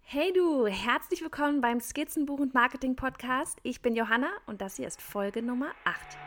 Hey du, herzlich willkommen beim Skizzenbuch und Marketing Podcast. Ich bin Johanna und das hier ist Folge Nummer 8.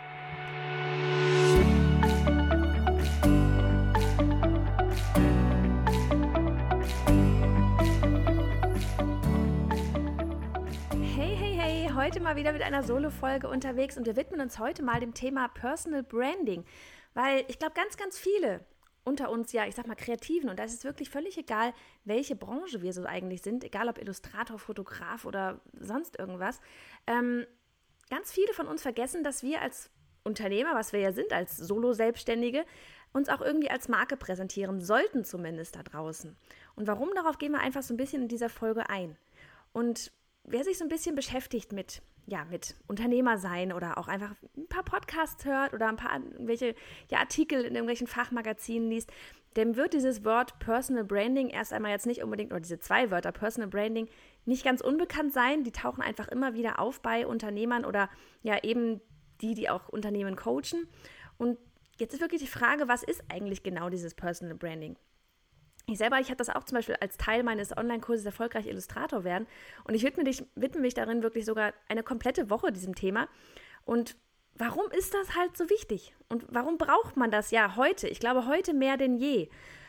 Hey, heute mal wieder mit einer Solo-Folge unterwegs und wir widmen uns heute mal dem Thema Personal Branding, weil ich glaube, ganz viele unter uns, ja, ich sag mal Kreativen, und da ist es wirklich völlig egal, welche Branche wir so eigentlich sind, egal ob Illustrator, Fotograf oder sonst irgendwas. Ganz viele von uns vergessen, dass wir als Unternehmer, was wir ja sind, als Solo-Selbstständige, uns auch irgendwie als Marke präsentieren sollten, zumindest da draußen. Und warum, darauf gehen wir einfach so ein bisschen in dieser Folge ein. Und wer sich so ein bisschen beschäftigt mit Unternehmer sein oder auch einfach ein paar Podcasts hört oder ein paar irgendwelche Artikel in irgendwelchen Fachmagazinen liest, dem wird dieses Wort Personal Branding erst einmal jetzt nicht unbedingt, oder diese zwei Wörter Personal Branding, nicht ganz unbekannt sein. Die tauchen einfach immer wieder auf bei Unternehmern oder ja eben die auch Unternehmen coachen. Und jetzt ist wirklich die Frage, was ist eigentlich genau dieses Personal Branding? Ich hatte das auch zum Beispiel als Teil meines Online-Kurses Erfolgreich Illustrator werden und ich widme mich darin wirklich sogar eine komplette Woche diesem Thema. Und warum ist das halt so wichtig? Und warum braucht man das ja heute? Ich glaube, heute mehr denn je.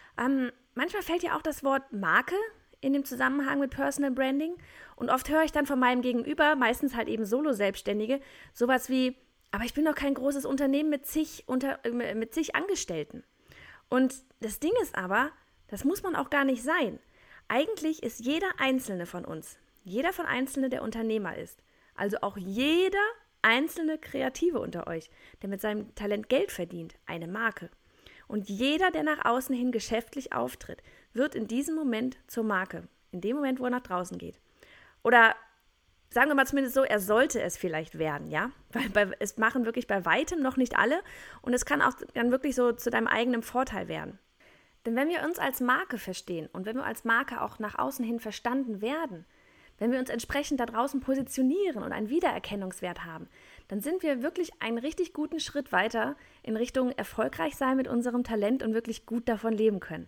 Manchmal fällt ja auch das Wort Marke in dem Zusammenhang mit Personal Branding und oft höre ich dann von meinem Gegenüber, meistens halt eben Solo-Selbstständige, sowas wie, aber ich bin doch kein großes Unternehmen mit zig Angestellten. Und das Ding ist aber, das muss man auch gar nicht sein. Eigentlich ist jeder Einzelne von uns, jeder von Einzelne, der Unternehmer ist, also auch jeder einzelne Kreative unter euch, der mit seinem Talent Geld verdient, eine Marke. Und jeder, der nach außen hin geschäftlich auftritt, wird in diesem Moment zur Marke, in dem Moment, wo er nach draußen geht. Oder sagen wir mal zumindest so, er sollte es vielleicht werden, ja? Weil es machen wirklich bei weitem noch nicht alle und es kann auch dann wirklich so zu deinem eigenen Vorteil werden. Denn wenn wir uns als Marke verstehen und wenn wir als Marke auch nach außen hin verstanden werden, wenn wir uns entsprechend da draußen positionieren und einen Wiedererkennungswert haben, dann sind wir wirklich einen richtig guten Schritt weiter in Richtung erfolgreich sein mit unserem Talent und wirklich gut davon leben können.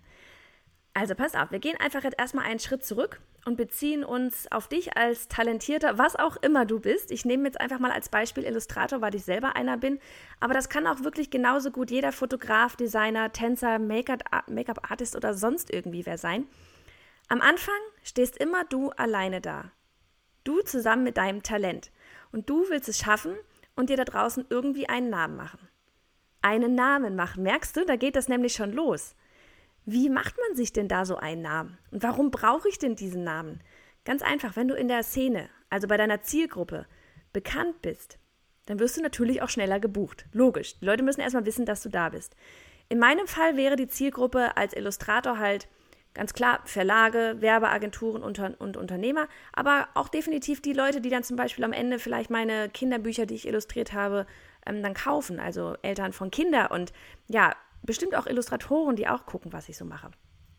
Also pass auf, wir gehen einfach jetzt erstmal einen Schritt zurück und beziehen uns auf dich als talentierter, was auch immer du bist. Ich nehme jetzt einfach mal als Beispiel Illustrator, weil ich selber einer bin. Aber das kann auch wirklich genauso gut jeder Fotograf, Designer, Tänzer, Make-up-Artist oder sonst irgendwie wer sein. Am Anfang stehst immer du alleine da. Du zusammen mit deinem Talent. Und du willst es schaffen und dir da draußen irgendwie einen Namen machen. Einen Namen machen, merkst du? Da geht das nämlich schon los. Wie macht man sich denn da so einen Namen? Und warum brauche ich denn diesen Namen? Ganz einfach, wenn du in der Szene, also bei deiner Zielgruppe, bekannt bist, dann wirst du natürlich auch schneller gebucht. Logisch, die Leute müssen erstmal wissen, dass du da bist. In meinem Fall wäre die Zielgruppe als Illustrator halt ganz klar Verlage, Werbeagenturen und Unternehmer, aber auch definitiv die Leute, die dann zum Beispiel am Ende vielleicht meine Kinderbücher, die ich illustriert habe, dann kaufen, also Eltern von Kindern und ja, bestimmt auch Illustratoren, die auch gucken, was ich so mache.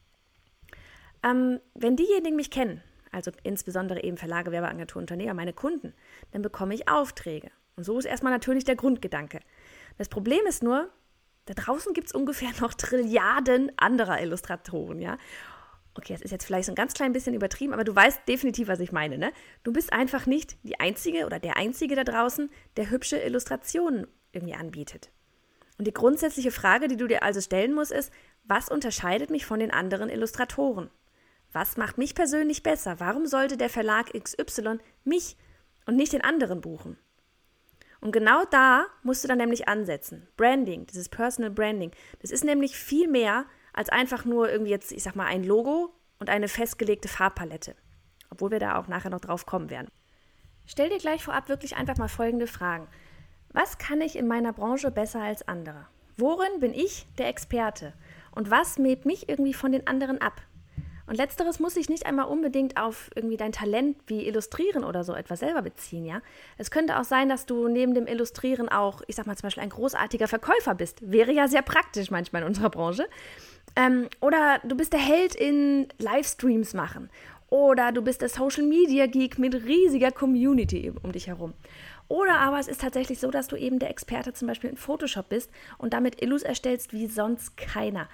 Wenn diejenigen mich kennen, also insbesondere eben Verlage, Werbeagenturen, Unternehmer, meine Kunden, dann bekomme ich Aufträge. Und so ist erstmal natürlich der Grundgedanke. Das Problem ist nur, da draußen gibt es ungefähr noch Trilliarden anderer Illustratoren, ja. Okay, das ist jetzt vielleicht so ein ganz klein bisschen übertrieben, aber du weißt definitiv, was ich meine, ne? Du bist einfach nicht die Einzige oder der Einzige da draußen, der hübsche Illustrationen irgendwie anbietet. Und die grundsätzliche Frage, die du dir also stellen musst, ist, was unterscheidet mich von den anderen Illustratoren? Was macht mich persönlich besser? Warum sollte der Verlag XY mich und nicht den anderen buchen? Und genau da musst du dann nämlich ansetzen. Branding, dieses Personal Branding, das ist nämlich viel mehr als einfach nur irgendwie jetzt, ich sag mal, ein Logo und eine festgelegte Farbpalette. Obwohl wir da auch nachher noch drauf kommen werden. Stell dir gleich vorab wirklich einfach mal folgende Fragen. Was kann ich in meiner Branche besser als andere? Worin bin ich der Experte? Und was hebt mich irgendwie von den anderen ab? Und letzteres muss sich nicht einmal unbedingt auf irgendwie dein Talent wie Illustrieren oder so etwas selber beziehen, ja? Es könnte auch sein, dass du neben dem Illustrieren auch, ich sag mal zum Beispiel ein großartiger Verkäufer bist. Wäre ja sehr praktisch manchmal in unserer Branche. Oder du bist der Held in Livestreams machen. Oder du bist der Social-Media-Geek mit riesiger Community um dich herum. Oder aber es ist tatsächlich so, dass du eben der Experte zum Beispiel in Photoshop bist und damit Illus erstellst wie sonst keiner.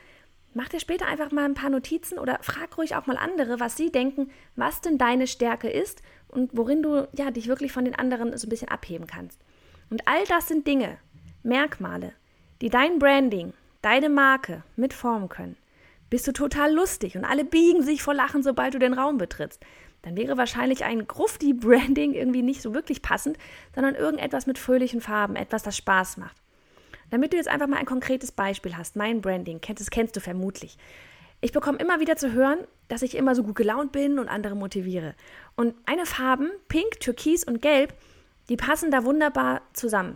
mach dir später einfach mal ein paar Notizen oder frag ruhig auch mal andere, was sie denken, was denn deine Stärke ist und worin du dich wirklich von den anderen so ein bisschen abheben kannst. Und all das sind Dinge, Merkmale, die dein Branding, deine Marke mitformen können. Bist du total lustig und alle biegen sich vor Lachen, sobald du den Raum betrittst, dann wäre wahrscheinlich ein Grufti-Branding irgendwie nicht so wirklich passend, sondern irgendetwas mit fröhlichen Farben, etwas, das Spaß macht. Damit du jetzt einfach mal ein konkretes Beispiel hast, mein Branding, das kennst du vermutlich. Ich bekomme immer wieder zu hören, dass ich immer so gut gelaunt bin und andere motiviere. Und meine Farben, Pink, Türkis und Gelb, die passen da wunderbar zusammen.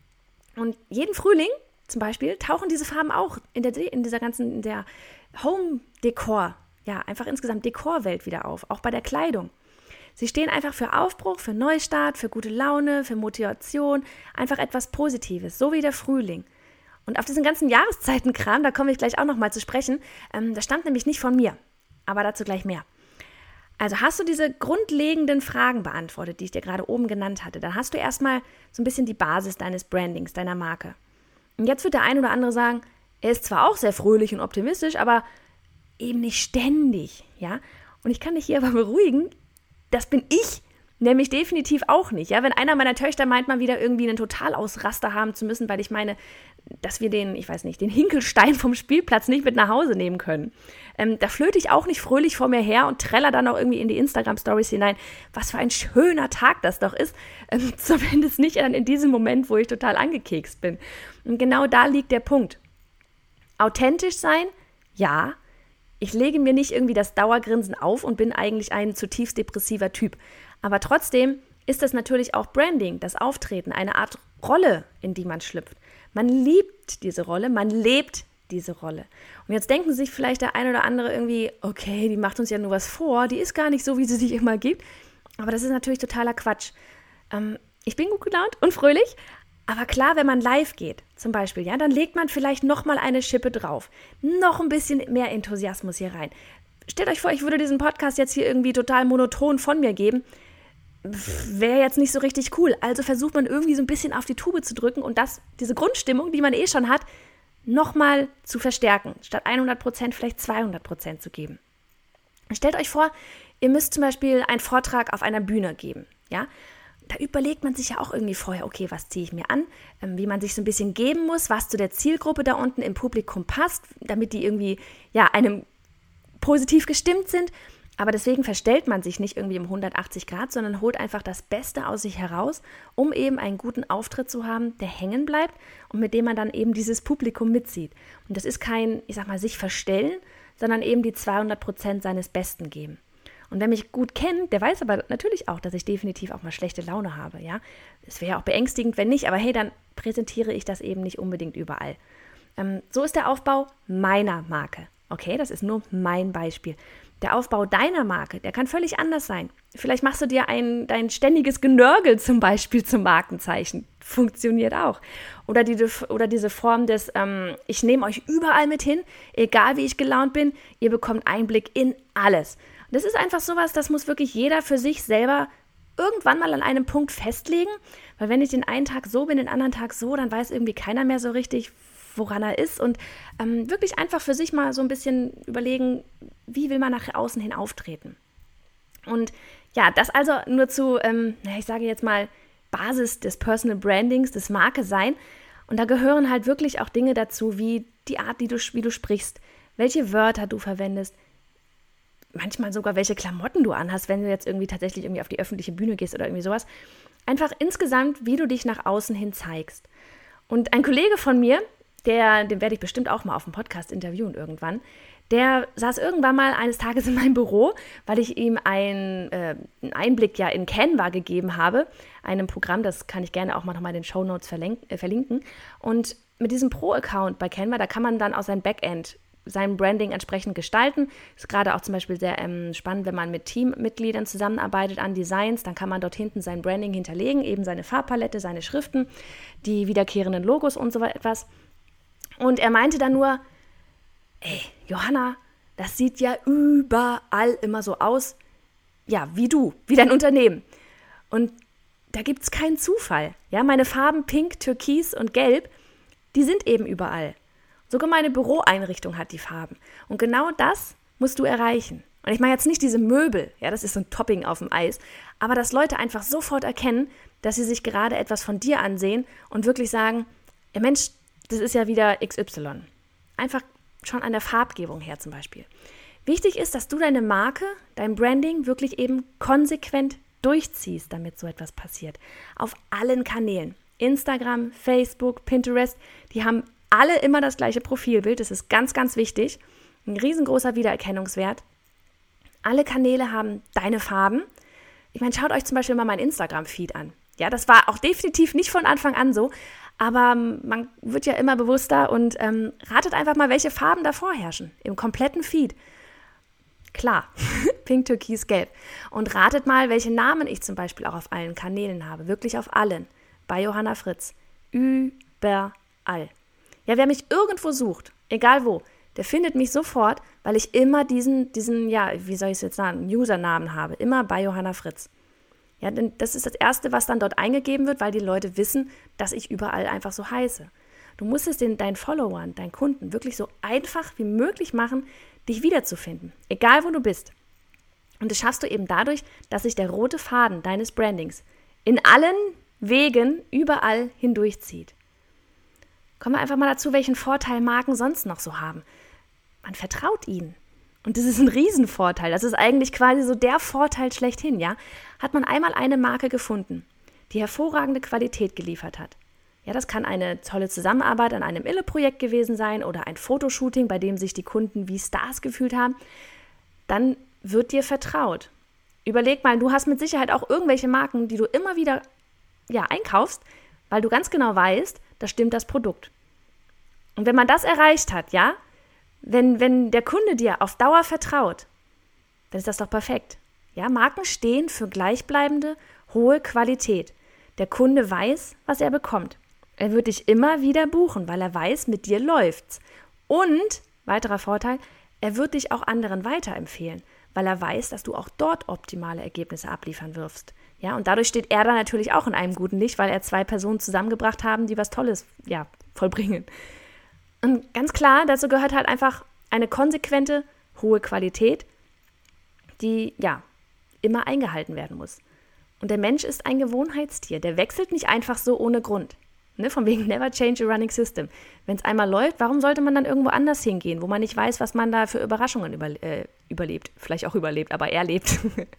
Und jeden Frühling zum Beispiel tauchen diese Farben auch in der Home-Dekor, einfach insgesamt Dekorwelt wieder auf, auch bei der Kleidung. Sie stehen einfach für Aufbruch, für Neustart, für gute Laune, für Motivation, einfach etwas Positives, so wie der Frühling. Und auf diesen ganzen Jahreszeitenkram, da komme ich gleich auch nochmal zu sprechen, das stammt nämlich nicht von mir, aber dazu gleich mehr. Also hast du diese grundlegenden Fragen beantwortet, die ich dir gerade oben genannt hatte, dann hast du erstmal so ein bisschen die Basis deines Brandings, deiner Marke. Und jetzt wird der ein oder andere sagen, er ist zwar auch sehr fröhlich und optimistisch, aber eben nicht ständig, ja. Und ich kann dich hier aber beruhigen, das bin ich nämlich definitiv auch nicht, ja. Wenn einer meiner Töchter meint, mal wieder irgendwie einen Totalausraster haben zu müssen, weil ich meine, dass wir den Hinkelstein vom Spielplatz nicht mit nach Hause nehmen können. Da flöte ich auch nicht fröhlich vor mir her und träller dann auch irgendwie in die Instagram-Stories hinein, was für ein schöner Tag das doch ist. Zumindest nicht dann in diesem Moment, wo ich total angekekst bin. Und genau da liegt der Punkt. Authentisch sein, ja. Ich lege mir nicht irgendwie das Dauergrinsen auf und bin eigentlich ein zutiefst depressiver Typ. Aber trotzdem ist das natürlich auch Branding, das Auftreten, eine Art Rolle, in die man schlüpft. Man liebt diese Rolle, man lebt diese Rolle. Und jetzt denken sich vielleicht der ein oder andere irgendwie, okay, die macht uns ja nur was vor, die ist gar nicht so, wie sie sich immer gibt. Aber das ist natürlich totaler Quatsch. Ich bin gut gelaunt und fröhlich, aber klar, wenn man live geht, zum Beispiel, dann legt man vielleicht nochmal eine Schippe drauf. Noch ein bisschen mehr Enthusiasmus hier rein. Stellt euch vor, ich würde diesen Podcast jetzt hier irgendwie total monoton von mir geben. Wäre jetzt nicht so richtig cool. Also versucht man irgendwie so ein bisschen auf die Tube zu drücken und diese Grundstimmung, die man schon hat, nochmal zu verstärken. Statt 100% vielleicht 200% zu geben. Stellt euch vor, ihr müsst zum Beispiel einen Vortrag auf einer Bühne geben, ja. Da überlegt man sich ja auch irgendwie vorher, okay, was ziehe ich mir an, wie man sich so ein bisschen geben muss, was zu der Zielgruppe da unten im Publikum passt, damit die irgendwie einem positiv gestimmt sind. Aber deswegen verstellt man sich nicht irgendwie um 180 Grad, sondern holt einfach das Beste aus sich heraus, um eben einen guten Auftritt zu haben, der hängen bleibt und mit dem man dann eben dieses Publikum mitzieht. Und das ist kein, sich verstellen, sondern eben die 200% seines Besten geben. Und wer mich gut kennt, der weiß aber natürlich auch, dass ich definitiv auch mal schlechte Laune habe, ja. Es wäre ja auch beängstigend, wenn nicht, aber hey, dann präsentiere ich das eben nicht unbedingt überall. So ist der Aufbau meiner Marke. Okay, das ist nur mein Beispiel. Der Aufbau deiner Marke, der kann völlig anders sein. Vielleicht machst du dir dein ständiges Genörgel zum Beispiel zum Markenzeichen. Funktioniert auch. Oder diese Form des, ich nehme euch überall mit hin, egal wie ich gelaunt bin, ihr bekommt Einblick in alles. Das ist einfach sowas, das muss wirklich jeder für sich selber irgendwann mal an einem Punkt festlegen, weil wenn ich den einen Tag so bin, den anderen Tag so, dann weiß irgendwie keiner mehr so richtig, woran er ist und wirklich einfach für sich mal so ein bisschen überlegen, wie will man nach außen hin auftreten. Und ja, das also nur zu, ich sage jetzt mal, Basis des Personal Brandings, des Marke-Sein. Und da gehören halt wirklich auch Dinge dazu, wie die Art, wie du sprichst, welche Wörter du verwendest, manchmal sogar welche Klamotten du anhast, wenn du jetzt irgendwie tatsächlich irgendwie auf die öffentliche Bühne gehst oder irgendwie sowas. Einfach insgesamt, wie du dich nach außen hin zeigst. Und ein Kollege von mir, den werde ich bestimmt auch mal auf dem Podcast interviewen irgendwann, der saß irgendwann mal eines Tages in meinem Büro, weil ich ihm einen Einblick in Canva gegeben habe, einem Programm, das kann ich gerne auch mal nochmal in den Shownotes verlinken. Und mit diesem Pro-Account bei Canva, da kann man dann aus seinem Backend sein Branding entsprechend gestalten. Ist gerade auch zum Beispiel sehr spannend, wenn man mit Teammitgliedern zusammenarbeitet an Designs, dann kann man dort hinten sein Branding hinterlegen, eben seine Farbpalette, seine Schriften, die wiederkehrenden Logos und so etwas. Und er meinte dann nur, ey, Johanna, das sieht ja überall immer so aus, ja, wie dein Unternehmen. Und da gibt es keinen Zufall. Ja, meine Farben Pink, Türkis und Gelb, die sind eben überall. Sogar meine Büroeinrichtung hat die Farben. Und genau das musst du erreichen. Und ich meine jetzt nicht diese Möbel, ja, das ist so ein Topping auf dem Eis, aber dass Leute einfach sofort erkennen, dass sie sich gerade etwas von dir ansehen und wirklich sagen, ja Mensch, das ist ja wieder XY. Einfach schon an der Farbgebung her zum Beispiel. Wichtig ist, dass du deine Marke, dein Branding wirklich eben konsequent durchziehst, damit so etwas passiert. Auf allen Kanälen. Instagram, Facebook, Pinterest, die haben alle immer das gleiche Profilbild. Das ist ganz, ganz wichtig. Ein riesengroßer Wiedererkennungswert. Alle Kanäle haben deine Farben. Ich meine, schaut euch zum Beispiel mal meinen Instagram-Feed an. Ja, das war auch definitiv nicht von Anfang an so, aber man wird ja immer bewusster und ratet einfach mal, welche Farben da vorherrschen im kompletten Feed. Klar, Pink, Türkis, Gelb. Und ratet mal, welche Namen ich zum Beispiel auch auf allen Kanälen habe. Wirklich auf allen. Bei Johanna Fritz. Überall. Ja, wer mich irgendwo sucht, egal wo, der findet mich sofort, weil ich immer diesen, ja, wie soll ich es jetzt sagen, Usernamen habe. Immer bei Johanna Fritz. Ja, denn das ist das Erste, was dann dort eingegeben wird, weil die Leute wissen, dass ich überall einfach so heiße. Du musst es deinen Followern, deinen Kunden wirklich so einfach wie möglich machen, dich wiederzufinden, egal wo du bist. Und das schaffst du eben dadurch, dass sich der rote Faden deines Brandings in allen Wegen überall hindurchzieht. Kommen wir einfach mal dazu, welchen Vorteil Marken sonst noch so haben. Man vertraut ihnen. Und das ist ein Riesenvorteil. Das ist eigentlich quasi so der Vorteil schlechthin, ja. Hat man einmal eine Marke gefunden, die hervorragende Qualität geliefert hat. Ja, das kann eine tolle Zusammenarbeit an einem Ille-Projekt gewesen sein oder ein Fotoshooting, bei dem sich die Kunden wie Stars gefühlt haben. Dann wird dir vertraut. Überleg mal, du hast mit Sicherheit auch irgendwelche Marken, die du immer wieder einkaufst, weil du ganz genau weißt, da stimmt das Produkt. Und wenn man das erreicht hat, ja, wenn der Kunde dir auf Dauer vertraut, dann ist das doch perfekt. Ja, Marken stehen für gleichbleibende, hohe Qualität. Der Kunde weiß, was er bekommt. Er wird dich immer wieder buchen, weil er weiß, mit dir läuft's. Und, weiterer Vorteil, er wird dich auch anderen weiterempfehlen, weil er weiß, dass du auch dort optimale Ergebnisse abliefern wirst. Ja, und dadurch steht er dann natürlich auch in einem guten Licht, weil er 2 Personen zusammengebracht haben, die was Tolles vollbringen. Und ganz klar, dazu gehört halt einfach eine konsequente, hohe Qualität, die immer eingehalten werden muss. Und der Mensch ist ein Gewohnheitstier, der wechselt nicht einfach so ohne Grund. Ne, von wegen never change a running system. Wenn es einmal läuft, warum sollte man dann irgendwo anders hingehen, wo man nicht weiß, was man da für Überraschungen überlebt. Vielleicht auch überlebt, aber erlebt.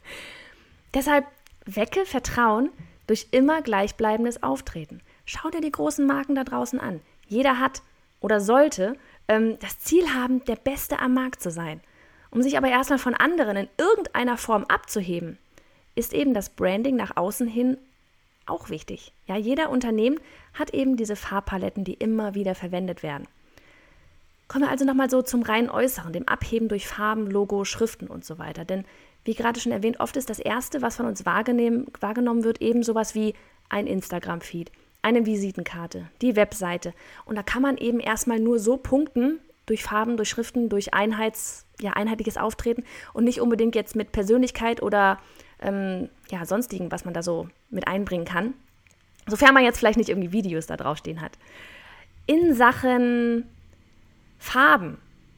Deshalb wecke Vertrauen durch immer gleichbleibendes Auftreten. Schau dir die großen Marken da draußen an. Jeder hat oder sollte das Ziel haben, der Beste am Markt zu sein. Um sich aber erstmal von anderen in irgendeiner Form abzuheben, ist eben das Branding nach außen hin auch wichtig. Ja, jeder Unternehmen hat eben diese Farbpaletten, die immer wieder verwendet werden. Kommen wir also nochmal so zum reinen Äußeren, dem Abheben durch Farben, Logo, Schriften und so weiter. Denn wie gerade schon erwähnt, oft ist das Erste, was von uns wahrgenommen wird, eben sowas wie ein Instagram-Feed, eine Visitenkarte, die Webseite. Und da kann man eben erstmal nur so punkten, durch Farben, durch Schriften, durch einheitliches Auftreten und nicht unbedingt jetzt mit Persönlichkeit oder sonstigen, was man da so mit einbringen kann. Sofern man jetzt vielleicht nicht irgendwie Videos da draufstehen hat. In Sachen Farben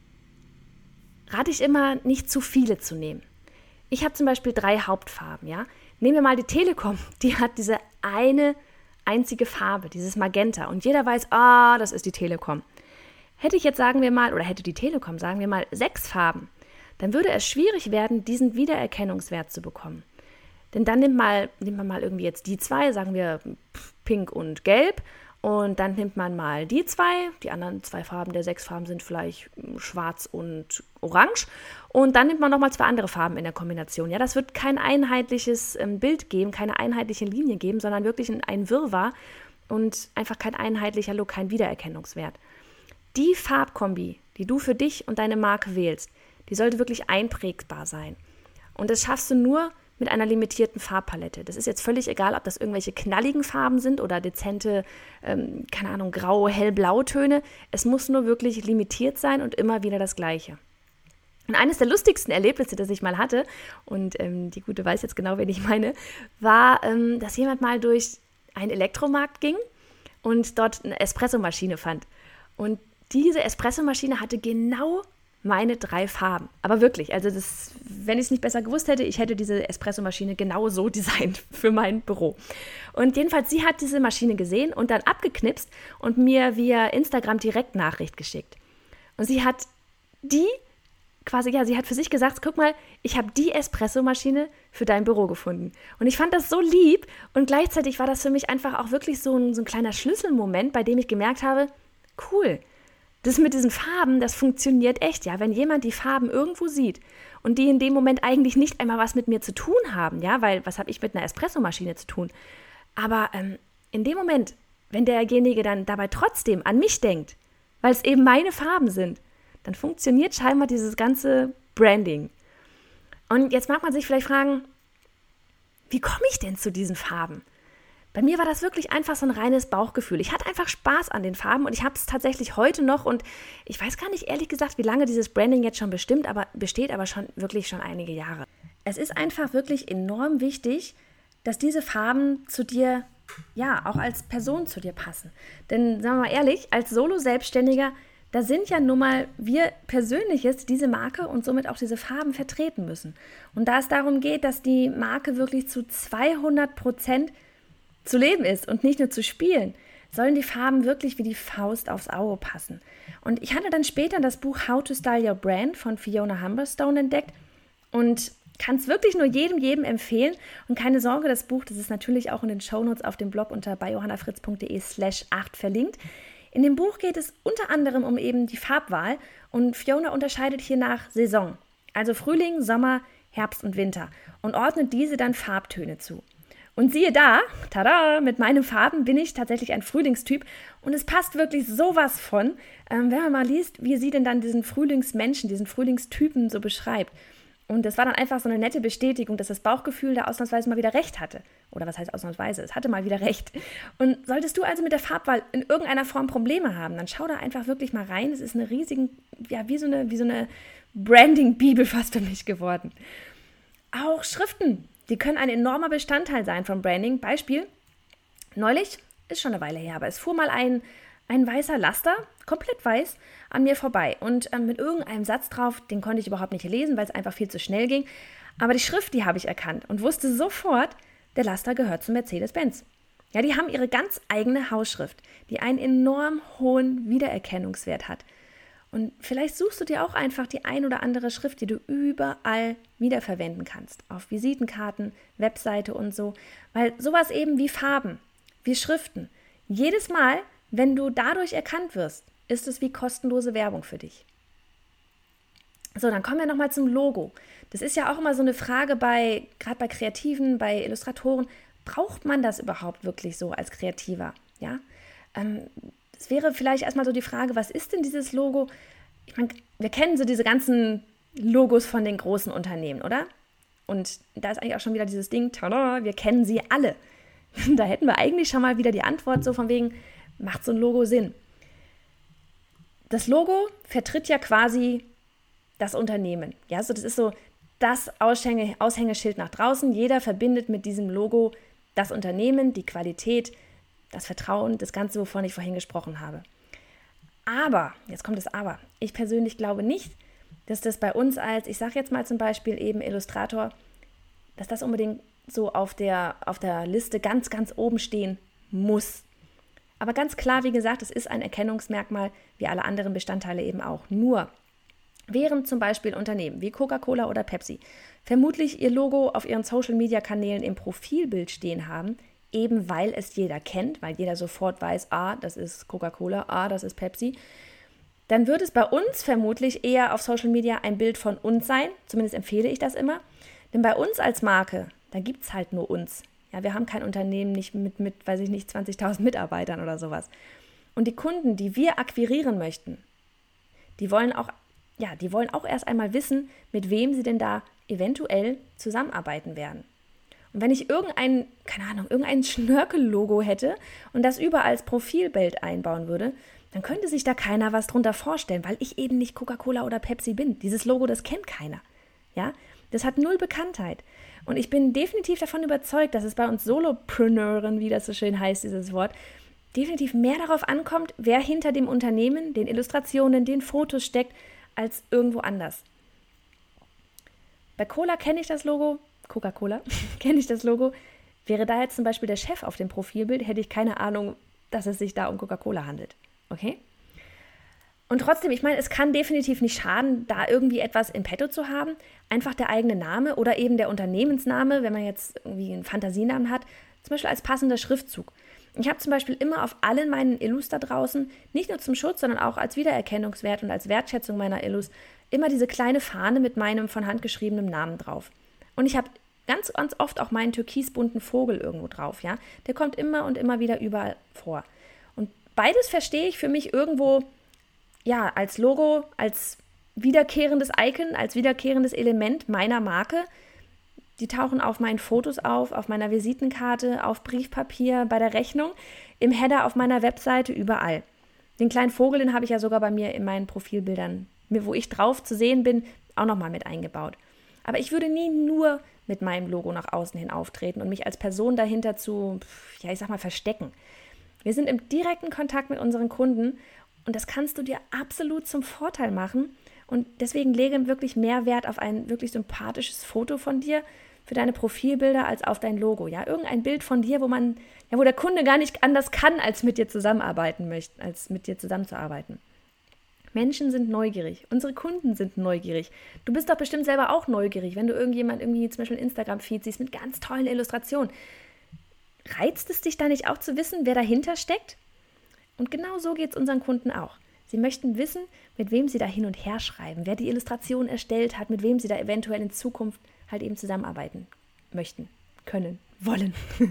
rate ich immer, nicht zu viele zu nehmen. Ich habe zum Beispiel 3 Hauptfarben, ja. Nehmen wir mal die Telekom, die hat diese eine einzige Farbe, dieses Magenta. Und jeder weiß, das ist die Telekom. Hätte die Telekom, sagen wir mal, 6 Farben, dann würde es schwierig werden, diesen Wiedererkennungswert zu bekommen. Denn dann nimmt man mal irgendwie jetzt die 2, sagen wir Pink und Gelb, und dann nimmt man mal die 2, die anderen 2 Farben der 6 Farben sind vielleicht Schwarz und Orange, und dann nimmt man nochmal 2 andere Farben in der Kombination. Ja, das wird kein einheitliches Bild geben, keine einheitliche Linie geben, sondern wirklich ein Wirrwarr und einfach kein einheitlicher Look, kein Wiedererkennungswert. Die Farbkombi, die du für dich und deine Marke wählst, die sollte wirklich einprägbar sein. Und das schaffst du nur mit einer limitierten Farbpalette. Das ist jetzt völlig egal, ob das irgendwelche knalligen Farben sind oder dezente, grau, hellblau Töne. Es muss nur wirklich limitiert sein und immer wieder das Gleiche. Und eines der lustigsten Erlebnisse, das ich mal hatte, und die Gute weiß jetzt genau, wen ich meine, war, dass jemand mal durch einen Elektromarkt ging und dort eine Espressomaschine fand. Und diese Espressomaschine hatte genau meine 3 Farben. Aber wirklich, also wenn ich es nicht besser gewusst hätte, ich hätte diese Espressomaschine genau so designt für mein Büro. Und jedenfalls, sie hat diese Maschine gesehen und dann abgeknipst und mir via Instagram direkt Nachricht geschickt. Und sie hat sie hat für sich gesagt, guck mal, ich habe die Espressomaschine für dein Büro gefunden. Und ich fand das so lieb und gleichzeitig war das für mich einfach auch wirklich so ein kleiner Schlüsselmoment, bei dem ich gemerkt habe, cool, das mit diesen Farben, das funktioniert echt, ja, wenn jemand die Farben irgendwo sieht und die in dem Moment eigentlich nicht einmal was mit mir zu tun haben, ja, weil was habe ich mit einer Espressomaschine zu tun? Aber in dem Moment, wenn derjenige dann dabei trotzdem an mich denkt, weil es eben meine Farben sind, dann funktioniert scheinbar dieses ganze Branding. Und jetzt mag man sich vielleicht fragen, wie komme ich denn zu diesen Farben? Bei mir war das wirklich einfach so ein reines Bauchgefühl. Ich hatte einfach Spaß an den Farben und ich habe es tatsächlich heute noch und ich weiß gar nicht ehrlich gesagt, wie lange dieses Branding jetzt schon besteht, aber schon einige Jahre. Es ist einfach wirklich enorm wichtig, dass diese Farben zu dir, ja, auch als Person zu dir passen. Denn, sagen wir mal ehrlich, als Solo-Selbstständiger, da sind ja nun mal wir Persönliches diese Marke und somit auch diese Farben vertreten müssen. Und da es darum geht, dass die Marke wirklich zu 200% zu leben ist und nicht nur zu spielen, sollen die Farben wirklich wie die Faust aufs Auge passen. Und ich hatte dann später das Buch How to Style Your Brand von Fiona Humberstone entdeckt und kann es wirklich nur jedem empfehlen. Und keine Sorge, das Buch, das ist natürlich auch in den Shownotes auf dem Blog unter beijohannafritz.de/8 verlinkt. In dem Buch geht es unter anderem um eben die Farbwahl und Fiona unterscheidet hier nach Saison, also Frühling, Sommer, Herbst und Winter und ordnet diese dann Farbtöne zu. Und siehe da, tada, mit meinen Farben bin ich tatsächlich ein Frühlingstyp und es passt wirklich sowas von, wenn man mal liest, wie sie denn dann diesen Frühlingsmenschen, diesen Frühlingstypen so beschreibt. Und das war dann einfach so eine nette Bestätigung, dass das Bauchgefühl da ausnahmsweise mal wieder recht hatte. Oder was heißt ausnahmsweise? Es hatte mal wieder recht. Und solltest du also mit der Farbwahl in irgendeiner Form Probleme haben, dann schau da einfach wirklich mal rein. Es ist eine riesige, ja, wie so eine Branding-Bibel fast für mich geworden. Auch Schriften, die können ein enormer Bestandteil sein von Branding. Beispiel, neulich, ist schon eine Weile her, aber es fuhr mal ein weißer Laster, komplett weiß, an mir vorbei und mit irgendeinem Satz drauf, den konnte ich überhaupt nicht lesen, weil es einfach viel zu schnell ging. Aber die Schrift, die habe ich erkannt und wusste sofort, der Laster gehört zu Mercedes-Benz. Ja, die haben ihre ganz eigene Hausschrift, die einen enorm hohen Wiedererkennungswert hat. Und vielleicht suchst du dir auch einfach die ein oder andere Schrift, die du überall wiederverwenden kannst. Auf Visitenkarten, Webseite und so. Weil sowas eben wie Farben, wie Schriften. Jedes Mal, wenn du dadurch erkannt wirst, ist es wie kostenlose Werbung für dich. So, dann kommen wir nochmal zum Logo. Das ist ja auch immer so eine Frage gerade bei Kreativen, bei Illustratoren. Braucht man das überhaupt wirklich so als Kreativer? Ja? Das wäre vielleicht erstmal so die Frage, was ist denn dieses Logo? Ich meine, wir kennen so diese ganzen Logos von den großen Unternehmen, oder? Und da ist eigentlich auch schon wieder dieses Ding, tada, wir kennen sie alle. Da hätten wir eigentlich schon mal wieder die Antwort so von wegen, macht so ein Logo Sinn? Das Logo vertritt ja quasi das Unternehmen. Ja, so das ist so das Aushängeschild nach draußen. Jeder verbindet mit diesem Logo das Unternehmen, die Qualität, das Vertrauen, das Ganze, wovon ich vorhin gesprochen habe. Aber, jetzt kommt das Aber, ich persönlich glaube nicht, dass das bei uns als, ich sage jetzt mal zum Beispiel eben Illustrator, dass das unbedingt so auf der Liste ganz, ganz oben stehen muss. Aber ganz klar, wie gesagt, es ist ein Erkennungsmerkmal, wie alle anderen Bestandteile eben auch. Nur, während zum Beispiel Unternehmen wie Coca-Cola oder Pepsi vermutlich ihr Logo auf ihren Social-Media-Kanälen im Profilbild stehen haben, eben weil es jeder kennt, weil jeder sofort weiß, das ist Coca-Cola, das ist Pepsi, dann wird es bei uns vermutlich eher auf Social Media ein Bild von uns sein, zumindest empfehle ich das immer, denn bei uns als Marke, da gibt es halt nur uns. Ja, wir haben kein Unternehmen nicht mit 20.000 Mitarbeitern oder sowas. Und die Kunden, die wir akquirieren möchten, die wollen auch erst einmal wissen, mit wem sie denn da eventuell zusammenarbeiten werden. Und wenn ich irgendein Schnörkel-Logo hätte und das überall als Profilbild einbauen würde, dann könnte sich da keiner was drunter vorstellen, weil ich eben nicht Coca-Cola oder Pepsi bin. Dieses Logo, das kennt keiner. Ja? Das hat null Bekanntheit. Und ich bin definitiv davon überzeugt, dass es bei uns Solopreneuren, wie das so schön heißt, dieses Wort, definitiv mehr darauf ankommt, wer hinter dem Unternehmen, den Illustrationen, den Fotos steckt, als irgendwo anders. Bei Cola kenne ich das Logo, Coca-Cola kenne ich das Logo. Wäre da jetzt zum Beispiel der Chef auf dem Profilbild, hätte ich keine Ahnung, dass es sich da um Coca-Cola handelt. Okay? Und trotzdem, ich meine, es kann definitiv nicht schaden, da irgendwie etwas in petto zu haben. Einfach der eigene Name oder eben der Unternehmensname, wenn man jetzt irgendwie einen Fantasienamen hat, zum Beispiel als passender Schriftzug. Ich habe zum Beispiel immer auf allen meinen Illus da draußen, nicht nur zum Schutz, sondern auch als Wiedererkennungswert und als Wertschätzung meiner Illus, immer diese kleine Fahne mit meinem von Hand geschriebenen Namen drauf. Und ich habe ganz, ganz oft auch meinen türkisbunten Vogel irgendwo drauf, ja. Der kommt immer und immer wieder überall vor. Und beides verstehe ich für mich irgendwo, ja, als Logo, als wiederkehrendes Icon, als wiederkehrendes Element meiner Marke. Die tauchen auf meinen Fotos auf meiner Visitenkarte, auf Briefpapier, bei der Rechnung, im Header auf meiner Webseite, überall. Den kleinen Vogel, den habe ich ja sogar bei mir in meinen Profilbildern, wo ich drauf zu sehen bin, auch nochmal mit eingebaut. Aber ich würde nie nur mit meinem Logo nach außen hin auftreten und mich als Person dahinter verstecken. Wir sind im direkten Kontakt mit unseren Kunden und das kannst du dir absolut zum Vorteil machen. Und deswegen lege wirklich mehr Wert auf ein wirklich sympathisches Foto von dir für deine Profilbilder als auf dein Logo. Ja, irgendein Bild von dir, wo der Kunde gar nicht anders kann, als mit dir zusammenzuarbeiten. Menschen sind neugierig, unsere Kunden sind neugierig. Du bist doch bestimmt selber auch neugierig, wenn du irgendjemand irgendwie zum Beispiel einen Instagram-Feed siehst mit ganz tollen Illustrationen. Reizt es dich da nicht auch zu wissen, wer dahinter steckt? Und genau so geht es unseren Kunden auch. Sie möchten wissen, mit wem sie da hin und her schreiben, wer die Illustration erstellt hat, mit wem sie da eventuell in Zukunft halt eben zusammenarbeiten möchten, können, wollen.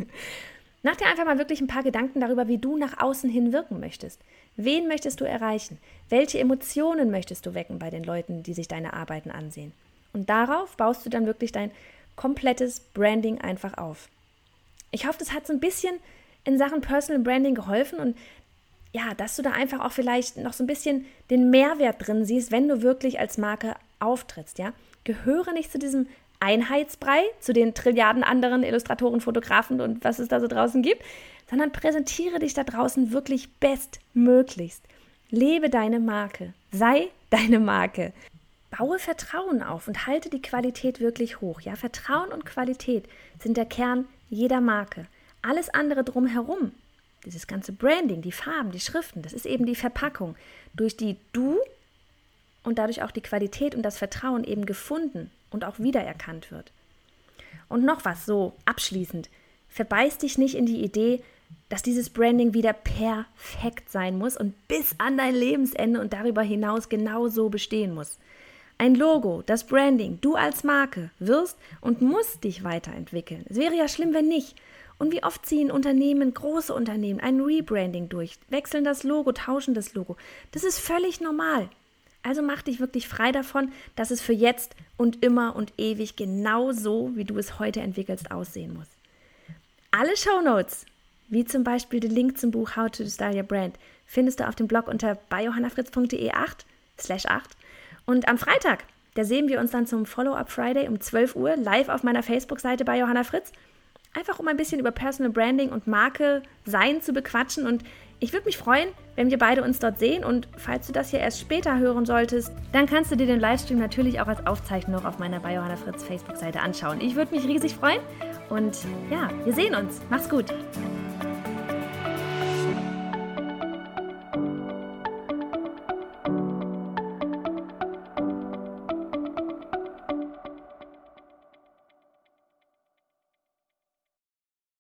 Mach dir einfach mal wirklich ein paar Gedanken darüber, wie du nach außen hin wirken möchtest. Wen möchtest du erreichen? Welche Emotionen möchtest du wecken bei den Leuten, die sich deine Arbeiten ansehen? Und darauf baust du dann wirklich dein komplettes Branding einfach auf. Ich hoffe, das hat so ein bisschen in Sachen Personal Branding geholfen und ja, dass du da einfach auch vielleicht noch so ein bisschen den Mehrwert drin siehst, wenn du wirklich als Marke auftrittst, ja. Gehöre nicht zu diesem Einheitsbrei, zu den Trilliarden anderen Illustratoren, Fotografen und was es da so draußen gibt, sondern präsentiere dich da draußen wirklich bestmöglichst. Lebe deine Marke, sei deine Marke. Baue Vertrauen auf und halte die Qualität wirklich hoch. Ja, Vertrauen und Qualität sind der Kern jeder Marke. Alles andere drumherum, dieses ganze Branding, die Farben, die Schriften, das ist eben die Verpackung, durch die du und dadurch auch die Qualität und das Vertrauen eben gefunden und auch wiedererkannt wird. Und noch was so abschließend, verbeiß dich nicht in die Idee, dass dieses Branding wieder perfekt sein muss und bis an dein Lebensende und darüber hinaus genau so bestehen muss. Ein Logo, das Branding, du als Marke wirst und musst dich weiterentwickeln. Es wäre ja schlimm, wenn nicht. Und wie oft ziehen Unternehmen, große Unternehmen, ein Rebranding durch, wechseln das Logo, tauschen das Logo. Das ist völlig normal. Also mach dich wirklich frei davon, dass es für jetzt und immer und ewig genau so, wie du es heute entwickelst, aussehen muss. Alle Shownotes, wie zum Beispiel den Link zum Buch How to Style Your Brand, findest du auf dem Blog unter beijohannafritz.de/8. Und am Freitag, da sehen wir uns dann zum Follow-up Friday um 12 Uhr live auf meiner Facebook-Seite bei Johanna Fritz. Einfach um ein bisschen über Personal Branding und Marke sein zu bequatschen. Und ich würde mich freuen, wenn wir beide uns dort sehen. Und falls du das hier erst später hören solltest, dann kannst du dir den Livestream natürlich auch als Aufzeichnung auf meiner bei Johanna Fritz Facebook-Seite anschauen. Ich würde mich riesig freuen. Und ja, wir sehen uns. Mach's gut.